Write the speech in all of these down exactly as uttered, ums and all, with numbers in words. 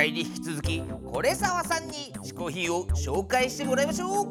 回に引き続きこれさわさんに嗜好品を紹介してもらいましょう。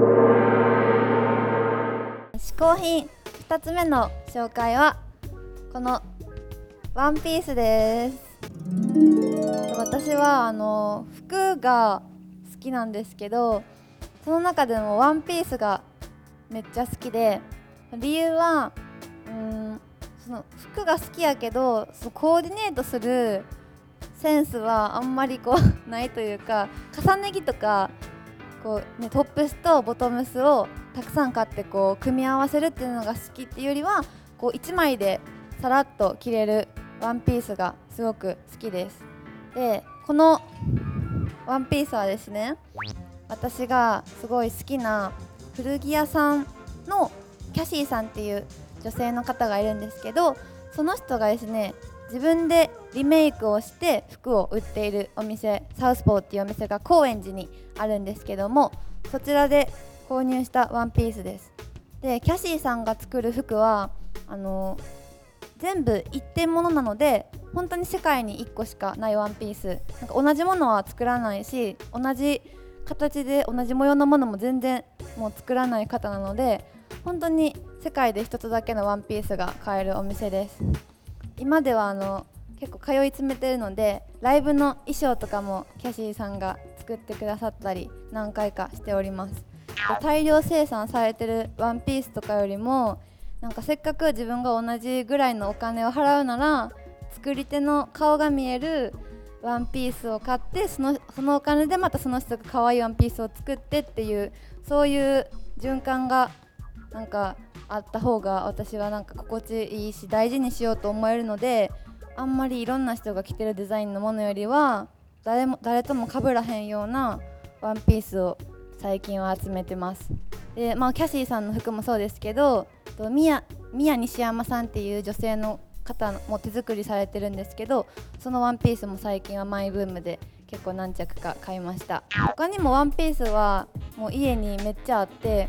嗜好品ふたつめの紹介はこのワンピースです。私はあの服が好きなんですけど、その中でもワンピースがめっちゃ好きで、理由はうーんその服が好きやけど、そのコーディネートするセンスはあんまりこうないというか、重ね着とかこう、ね、トップスとボトムスをたくさん買ってこう組み合わせるっていうのが好きっていうよりは、こういちまいでさらっと着れるワンピースがすごく好きです。で、このワンピースはですね、私がすごい好きな古着屋さんのキャシーさんっていう女性の方がいるんですけど、その人がですね、自分でリメイクをして服を売っているお店、サウスポーっていうお店が高円寺にあるんですけども、そちらで購入したワンピースです。で、キャシーさんが作る服はあの全部一点物なので、本当に世界にいっこしかないワンピース、なんか同じものは作らないし、同じ形で同じ模様のものも全然もう作らない方なので、本当に世界で一つだけのワンピースが買えるお店です。今ではあの結構通い詰めてるので、ライブの衣装とかもキャシーさんが作ってくださったり何回かしております。大量生産されてるワンピースとかよりも、なんかせっかく自分が同じぐらいのお金を払うなら、作り手の顔が見えるワンピースを買って、その、そのお金でまたその人が可愛いワンピースを作ってっていう、そういう循環がなんかあった方が私はなんか心地いいし、大事にしようと思えるので、あんまりいろんな人が着てるデザインのものよりは誰も誰とも被らへんようなワンピースを最近は集めてます。で、まあ、キャシーさんの服もそうですけど、宮宮西山さんっていう女性の方も手作りされてるんですけど、そのワンピースも最近はマイブームで結構何着か買いました。他にもワンピースはもう家にめっちゃあって、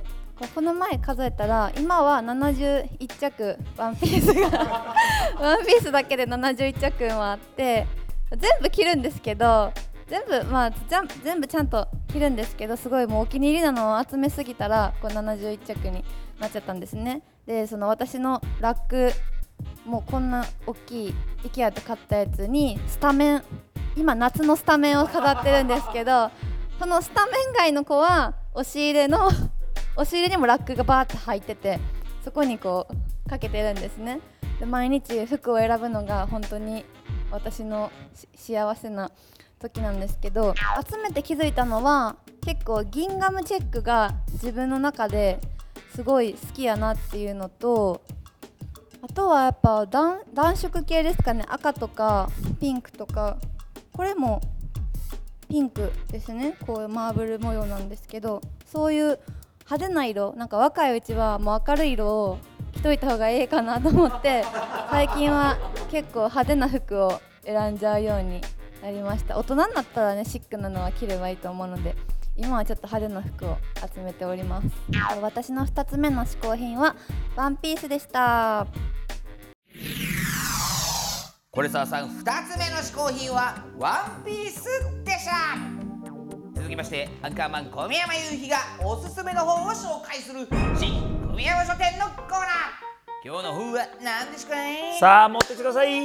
この前数えたら今はななじゅういっちゃくワンピースがワンピースだけでななじゅういっちゃくもあって、全部着るんですけど、全部まあじゃ全部ちゃんと着るんですけど、すごいもうお気に入りなのを集めすぎたらこうななじゅういっちゃくになっちゃったんですね。で、その私のラックもうこんな大きい IKEA で買ったやつにスタメン、今夏のスタメンを飾ってるんですけど、そのスタメン外の子は押し入れの押し入れにもラックがバーって入ってて、そこにこうかけてるんですね。で、毎日服を選ぶのが本当に私の幸せな時なんですけど、集めて気づいたのは結構ギンガムチェックが自分の中ですごい好きやなっていうのと、あとはやっぱ暖色系ですかね。赤とかピンクとか、これもピンクですね。こういうマーブル模様なんですけど、そういう派手な色、なんか若いうちはもう明るい色を着といた方がいいかなと思って、最近は結構派手な服を選んじゃうようになりました。大人になったらね、シックなのは着ればいいと思うので、今はちょっと派手な服を集めております。私のふたつめの嗜好品はワンピースでした。 これさわさんふたつめの嗜好品はワンピースでした。続きましてアンカーマン小宮山雄飛がおすすめの本を紹介する新小宮山書店のコーナー。今日の本は何ですかね。 さあ持ってきてください。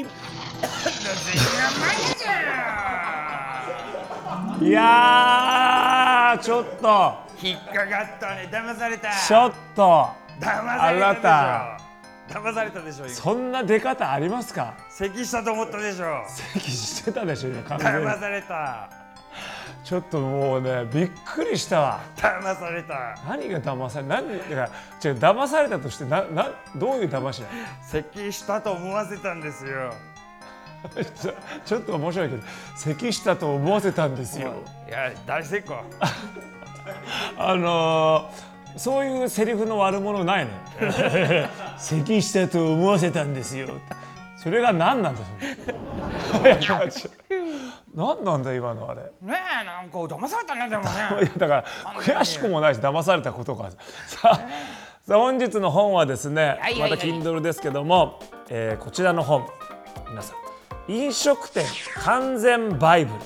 いやーちょっと引っかかったね。騙された。 ちょっと騙されたでしょ。騙されたでしょ。 そんな出方ありますか。 咳したと思ったでしょ。 咳してたでしょ今完全に。 騙された。 ちょっともうねびっくりしたわ。 騙された。 何が騙され何だから違う騙されたとしてななどういう騙しなの。 咳したと思わせたんですよ。 ちょちょっと面白いけど咳したと思わせたんですよ。 いや大成功。 あのー、そういうセリフの悪者ないね。咳したと思わせたんですよ。それが何なんだそれ。何なんだ今のあれ。 ねえ、なんか騙されたねでもね。 いやだから悔しくもないし騙されたことが。さあ、さあ本日の本はですね、また Kindle ですけども、えー、こちらの本皆さん飲食店完全バイブル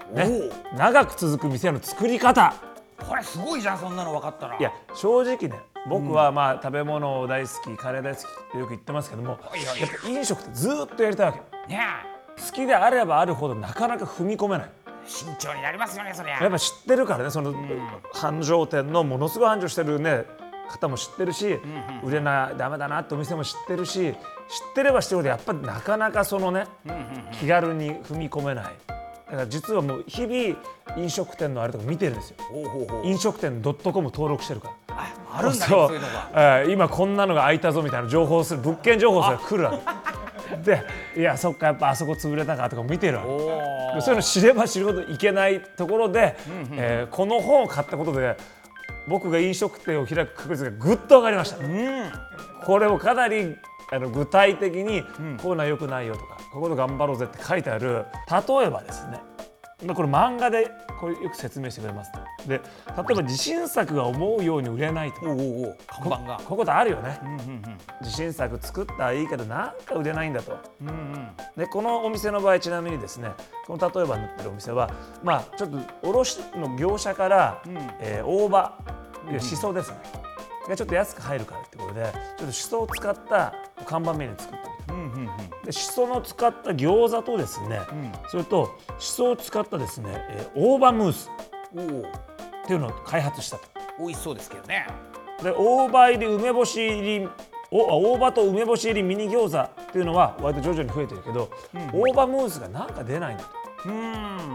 ね、長く続く店の作り方。 これすごいじゃん、そんなの分かったら。 いや正直ね、僕はまあ食べ物大好き、カレー大好きってよく言ってますけども、 いはいやっぱ飲食ってずーっとやりたいわけ。 ね好きであればあるほどなかなか踏み込めない。 慎重になりますよね、そりゃ。 やっぱ知ってるからね、その繁盛店のものすごい繁盛してるね方も知ってるし、売れないダメだなってお店も知ってるし、知ってれば知ってるほどやっぱりなかなかそのね、気軽に踏み込めない。だから実はもう日々飲食店のあれとか見てるんですよ。 ほうほうほう。 飲食店 .com 登録してるから。 あ、あるんだね、 そそうういうのが。 えー今こんなのが開いたぞみたいな情報する、物件情報すら来るわけで、いやそっかやっぱあそこ潰れたかとか見てるわけ。 おそういうの知れば知るほどいけないところで、えーこの本を買ったことで僕が飲食店を開く確率がぐっと上がりました、 うん。 これをかなりあの具体的にこういうのは良くないよとか、ここで頑張ろうぜって書いてある。例えばですね、まあこれ漫画でこれよく説明してくれます。で例えば自信作が思うように売れないとか、 おうおうおう、看板が。 こういうことあるよね。 うんうん自信作作ったらいいけどなんか売れないんだと。 うん。うんうん。 でこのお店の場合ちなみにですね、この例えば塗ってるお店はまあちょっと卸の業者から、えー大葉、いやしそですね、がちょっと安く入るからってことでちょっとしそを使った看板メニュー作ってみた。 うんうんうん。 でしその使った餃子とですね、それとしそを使ったですね、えー大葉ムースおお、 っていうのを開発したと。 美味しそうですけどね。 で大葉入り梅干し入りお大葉と梅干し入りミニ餃子っていうのは割と徐々に増えてるけど、大葉ムースがなんか出ないんだと。 うん。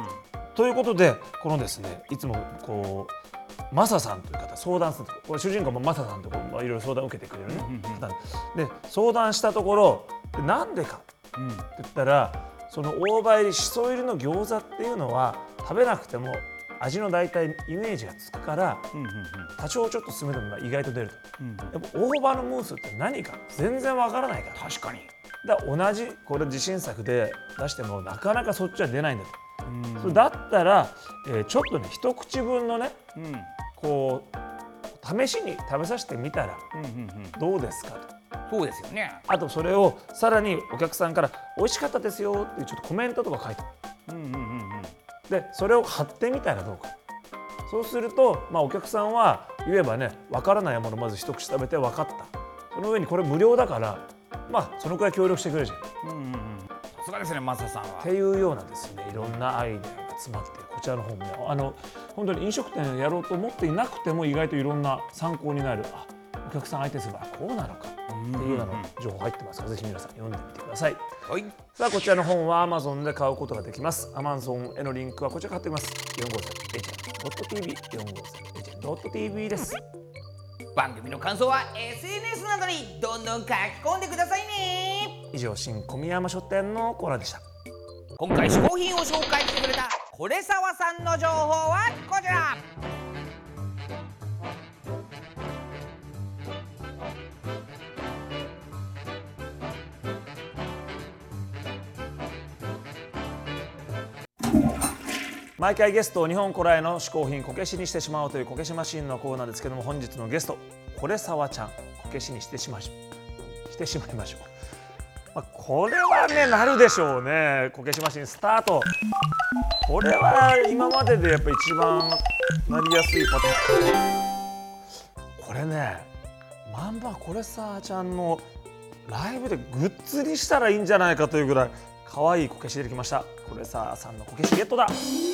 ということでこのですね、いつもこうマサさんという方相談すると、これ主人公もマサさんとこう、まあ、いろいろ相談を受けてくれる、ね方で相談したところでなんでかって言ったら、その大葉入りしそ入りの餃子っていうのは食べなくても味の大体イメージがつくから、多少ちょっと進めても意外と出ると、やっぱ大葉のムースって何か全然わからないから。 確かに。 だから同じこれ自信作で出してもなかなかそっちは出ないんだと。それだったら、えーちょっとね一口分のねうん。うんこう試しに食べさせてみたらうんうん。 どうですかと。 そうですよね。 あとそれをさらにお客さんから美味しかったですよっていうちょっとコメントとか書いてある。 うんうんうんうん。 でそれを貼ってみたらどうか。そうすると、まあ、お客さんは言えばね、わからないものまず一口食べて分かった。その上にこれ無料だからまあそのくらい協力してくれるじゃん。 うんうんうん。さすがですね、マサさんはっ。ていうようなですね、いろんなアイデアが詰まっているこちらの本もね、あの本当に飲食店をやろうと思っていなくても意外といろんな参考になる、あお客さん相手すればこうなのかっていうような情報入ってますので、ぜひ皆さん読んでみてください。 はい。 さあこちらの本は Amazon で買うことができます。 Amazon へのリンクはこちら貼っておきます。 よんごゼロエージェントドットティービー よんごゼロエージェントドットティービー です。 番組の感想は エスエヌエス などにどんどん書き込んでくださいね。 以上、新小宮山書店のコーナーでした。 今回試行品を紹介してくれたこれさわさんの情報はこちら。 毎回ゲストを日本古来の嗜好品こけしにしてしまおうというこけしマシンのコーナーですけども、本日のゲストこれさわちゃん、こけしにしてしまししてしまいましょう。まあ、これはねなるでしょうね。こけしマシンスタート。これは今まででやっぱ一番なりやすいパターン。これね、まんまこれさわちゃんのライブでグッズにしたらいいんじゃないかというぐらい可愛いこけし出てきました。これさわさんのこけしゲットだ。